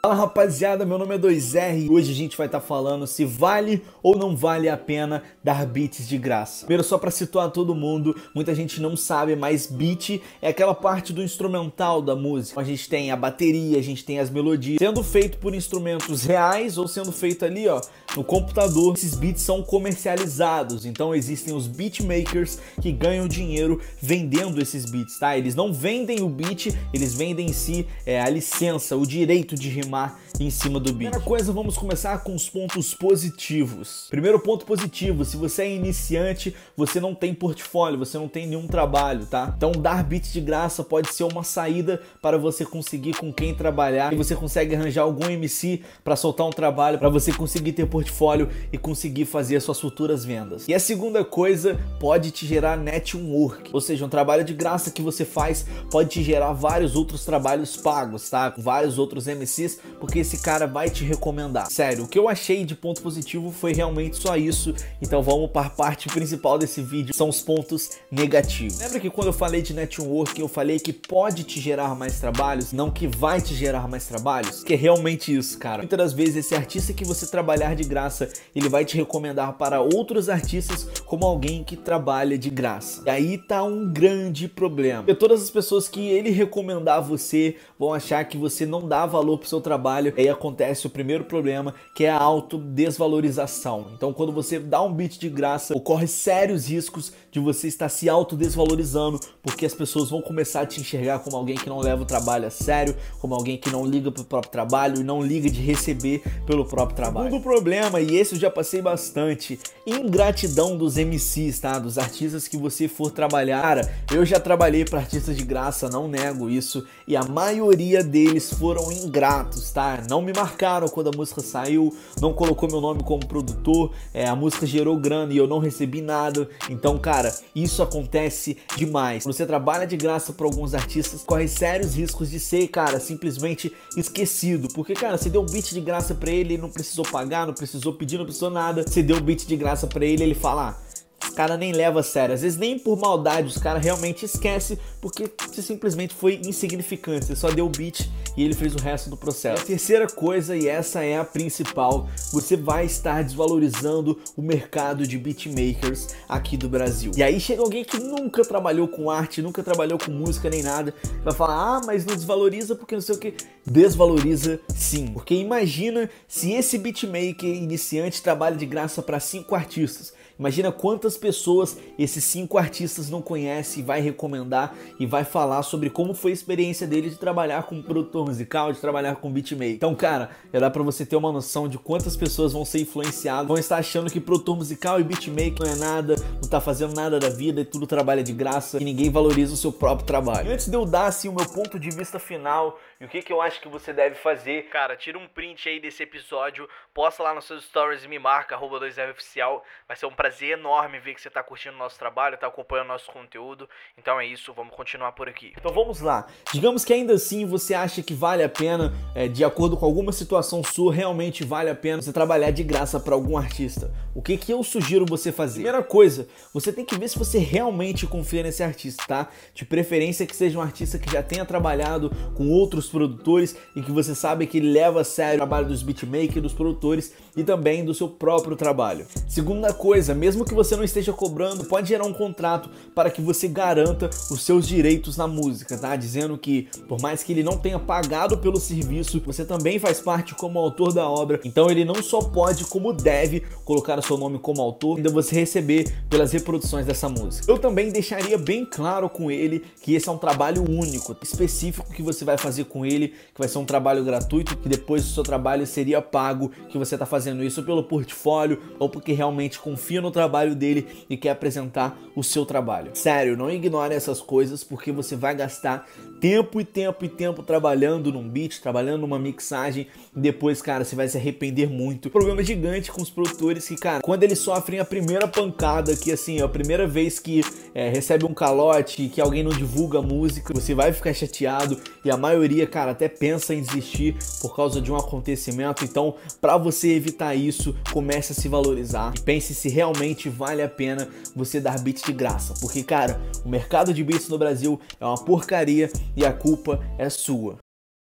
Fala rapaziada, meu nome é 2R e hoje a gente vai estar falando se vale ou não vale a pena dar beats de graça. Primeiro, só para situar todo mundo, muita gente não sabe, mas beat é aquela parte do instrumental da música. A gente tem a bateria, a gente tem as melodias, sendo feito por instrumentos reais ou sendo feito ali ó, no computador. Esses beats são comercializados, então existem os beatmakers que ganham dinheiro vendendo esses beats, tá? Eles não vendem o beat, eles vendem em si a licença, o direito de rimar em cima do beat. Primeira coisa, vamos começar com os pontos positivos. Primeiro ponto positivo, se você é iniciante, você não tem portfólio, você não tem nenhum trabalho, tá? Então dar beats de graça pode ser uma saída para você conseguir com quem trabalhar e você consegue arranjar algum MC para soltar um trabalho, para você conseguir ter portfólio e conseguir fazer as suas futuras vendas. E a segunda coisa, pode te gerar network, ou seja, um trabalho de graça que você faz pode te gerar vários outros trabalhos pagos, tá? Com vários outros MCs, porque esse cara vai te recomendar. Sério, o que eu achei de ponto positivo foi realmente só isso, então vamos para a parte principal desse vídeo, são os pontos negativos. Lembra que quando eu falei de network, eu falei que pode te gerar mais trabalhos, não que vai te gerar mais trabalhos? Que é realmente isso, cara. Muitas das vezes esse artista que você trabalhar de graça, ele vai te recomendar para outros artistas como alguém que trabalha de graça. E aí tá um grande problema. Porque todas as pessoas que ele recomendar você vão achar que você não dá valor pro seu trabalho, e aí acontece o primeiro problema, que é a autodesvalorização. Então quando você dá um beat de graça, ocorre sérios riscos de você estar se autodesvalorizando, porque as pessoas vão começar a te enxergar como alguém que não leva o trabalho a sério, como alguém que não liga pro próprio trabalho e não liga de receber pelo próprio trabalho. Segundo problema, e esse eu já passei bastante, ingratidão dos MCs, tá? Dos artistas que você for trabalhar. Cara, eu já trabalhei para artistas de graça, não nego isso, e a maioria deles foram ingratos, tá? Não me marcaram quando a música saiu, não colocou meu nome como produtor, a música gerou grana e eu não recebi nada. Então, cara, isso acontece demais. Quando você trabalha de graça para alguns artistas, corre sérios riscos de ser, cara, simplesmente esquecido. Porque, cara, você deu um beat de graça para ele, não precisou pagar, não precisou pedir, não precisou nada. Você deu um beat de graça para ele, ele fala, os cara nem leva a sério. Às vezes nem por maldade, os cara realmente esquece porque você simplesmente foi insignificante. Você só deu o beat e ele fez o resto do processo. A terceira coisa, e essa é a principal, você vai estar desvalorizando o mercado de beatmakers aqui do Brasil. E aí chega alguém que nunca trabalhou com arte, nunca trabalhou com música nem nada, vai falar, ah, mas não desvaloriza porque não sei o que. Desvaloriza sim, porque imagina se esse beatmaker iniciante trabalha de graça para 5 artistas. Imagina quantas pessoas esses 5 artistas não conhecem e vai recomendar e vai falar sobre como foi a experiência dele de trabalhar com produtor musical, de trabalhar com beatmaker. Então, cara, já dá pra você ter uma noção de quantas pessoas vão ser influenciadas, vão estar achando que produtor musical e beatmaker não é nada, não tá fazendo nada da vida e tudo trabalha de graça e ninguém valoriza o seu próprio trabalho. E antes de eu dar assim o meu ponto de vista final e o que eu acho que você deve fazer, cara, tira um print aí desse episódio, posta lá nos seus stories e me marca, @2roficial, vai ser um prazer enorme ver que você tá curtindo o nosso trabalho, tá acompanhando o nosso conteúdo. Então é isso, vamos continuar por aqui. Então vamos lá. Digamos que ainda assim você acha que vale a pena, de acordo com alguma situação sua, realmente vale a pena você trabalhar de graça para algum artista. O que eu sugiro você fazer? Primeira coisa, você tem que ver se você realmente confia nesse artista, tá? De preferência que seja um artista que já tenha trabalhado com outros produtores e que você sabe que ele leva a sério o trabalho dos beatmakers, dos produtores e também do seu próprio trabalho. Segunda coisa, mesmo que você não esteja cobrando, pode gerar um contrato para que você garanta os seus direitos na música, tá? Dizendo que, por mais que ele não tenha pagado pelo serviço, você também faz parte como autor da obra, então ele não só pode, como deve, colocar o seu nome como autor, ainda você receber pelas reproduções dessa música. Eu também deixaria bem claro com ele que esse é um trabalho único, específico que você vai fazer com ele, que vai ser um trabalho gratuito, que depois o seu trabalho seria pago, que você está fazendo isso pelo portfólio ou porque realmente confia no trabalho dele e quer apresentar o seu trabalho. Sério, não ignore essas coisas porque você vai gastar tempo e tempo e tempo trabalhando num beat, trabalhando numa mixagem e depois, cara, você vai se arrepender muito. O problema gigante com os produtores que, cara, quando eles sofrem a primeira pancada, que assim, é a primeira vez que recebe um calote, que alguém não divulga a música, você vai ficar chateado e a maioria, cara, até pensa em desistir por causa de um acontecimento. Então, pra você evitar isso, comece a se valorizar e pense se realmente vale a pena você dar beats de graça, porque, cara, o mercado de beats no Brasil é uma porcaria e a culpa é sua.